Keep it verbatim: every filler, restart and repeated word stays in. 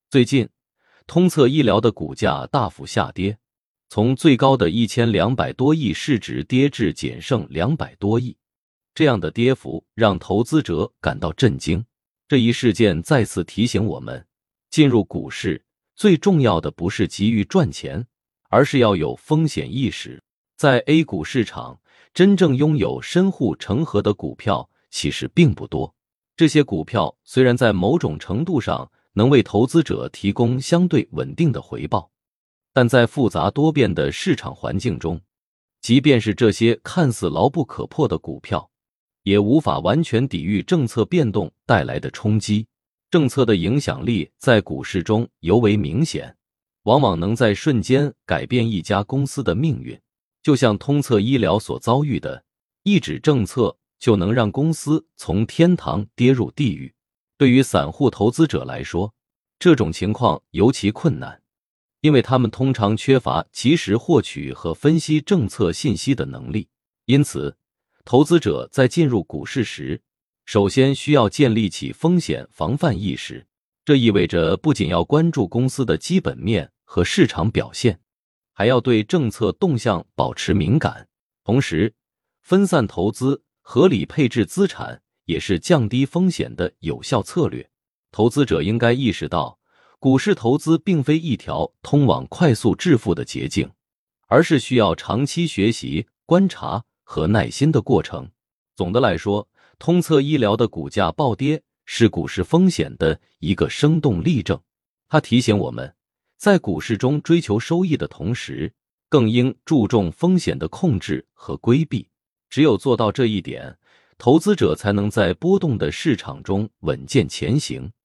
最近，通策医疗的股价大幅下跌，从最高的一千两百多亿市值跌至仅剩两百多亿。这样的跌幅让投资者感到震惊。这一事件再次提醒我们，进入股市最重要的不是急于赚钱，而是要有风险意识。在 A 股市场，真正拥有深护城河的股票其实并不多。这些股票虽然在某种程度上能为投资者提供相对稳定的回报，但在复杂多变的市场环境中，即便是这些看似牢不可破的股票，也无法完全抵御政策变动带来的冲击。政策的影响力在股市中尤为明显，往往能在瞬间改变一家公司的命运。就像通策医疗所遭遇的，一纸政策就能让公司从天堂跌入地狱。对于散户投资者来说，这种情况尤其困难，因为他们通常缺乏及时获取和分析政策信息的能力。因此，投资者在进入股市时，首先需要建立起风险防范意识。这意味着不仅要关注公司的基本面和市场表现，还要对政策动向保持敏感。同时，分散投资、合理配置资产也是降低风险的有效策略。投资者应该意识到，股市投资并非一条通往快速致富的捷径，而是需要长期学习、观察和耐心的过程。总的来说，通策医疗的股价暴跌是股市风险的一个生动例证。它提醒我们，在股市中追求收益的同时，更应注重风险的控制和规避。只有做到这一点，投资者才能在波动的市场中稳健前行。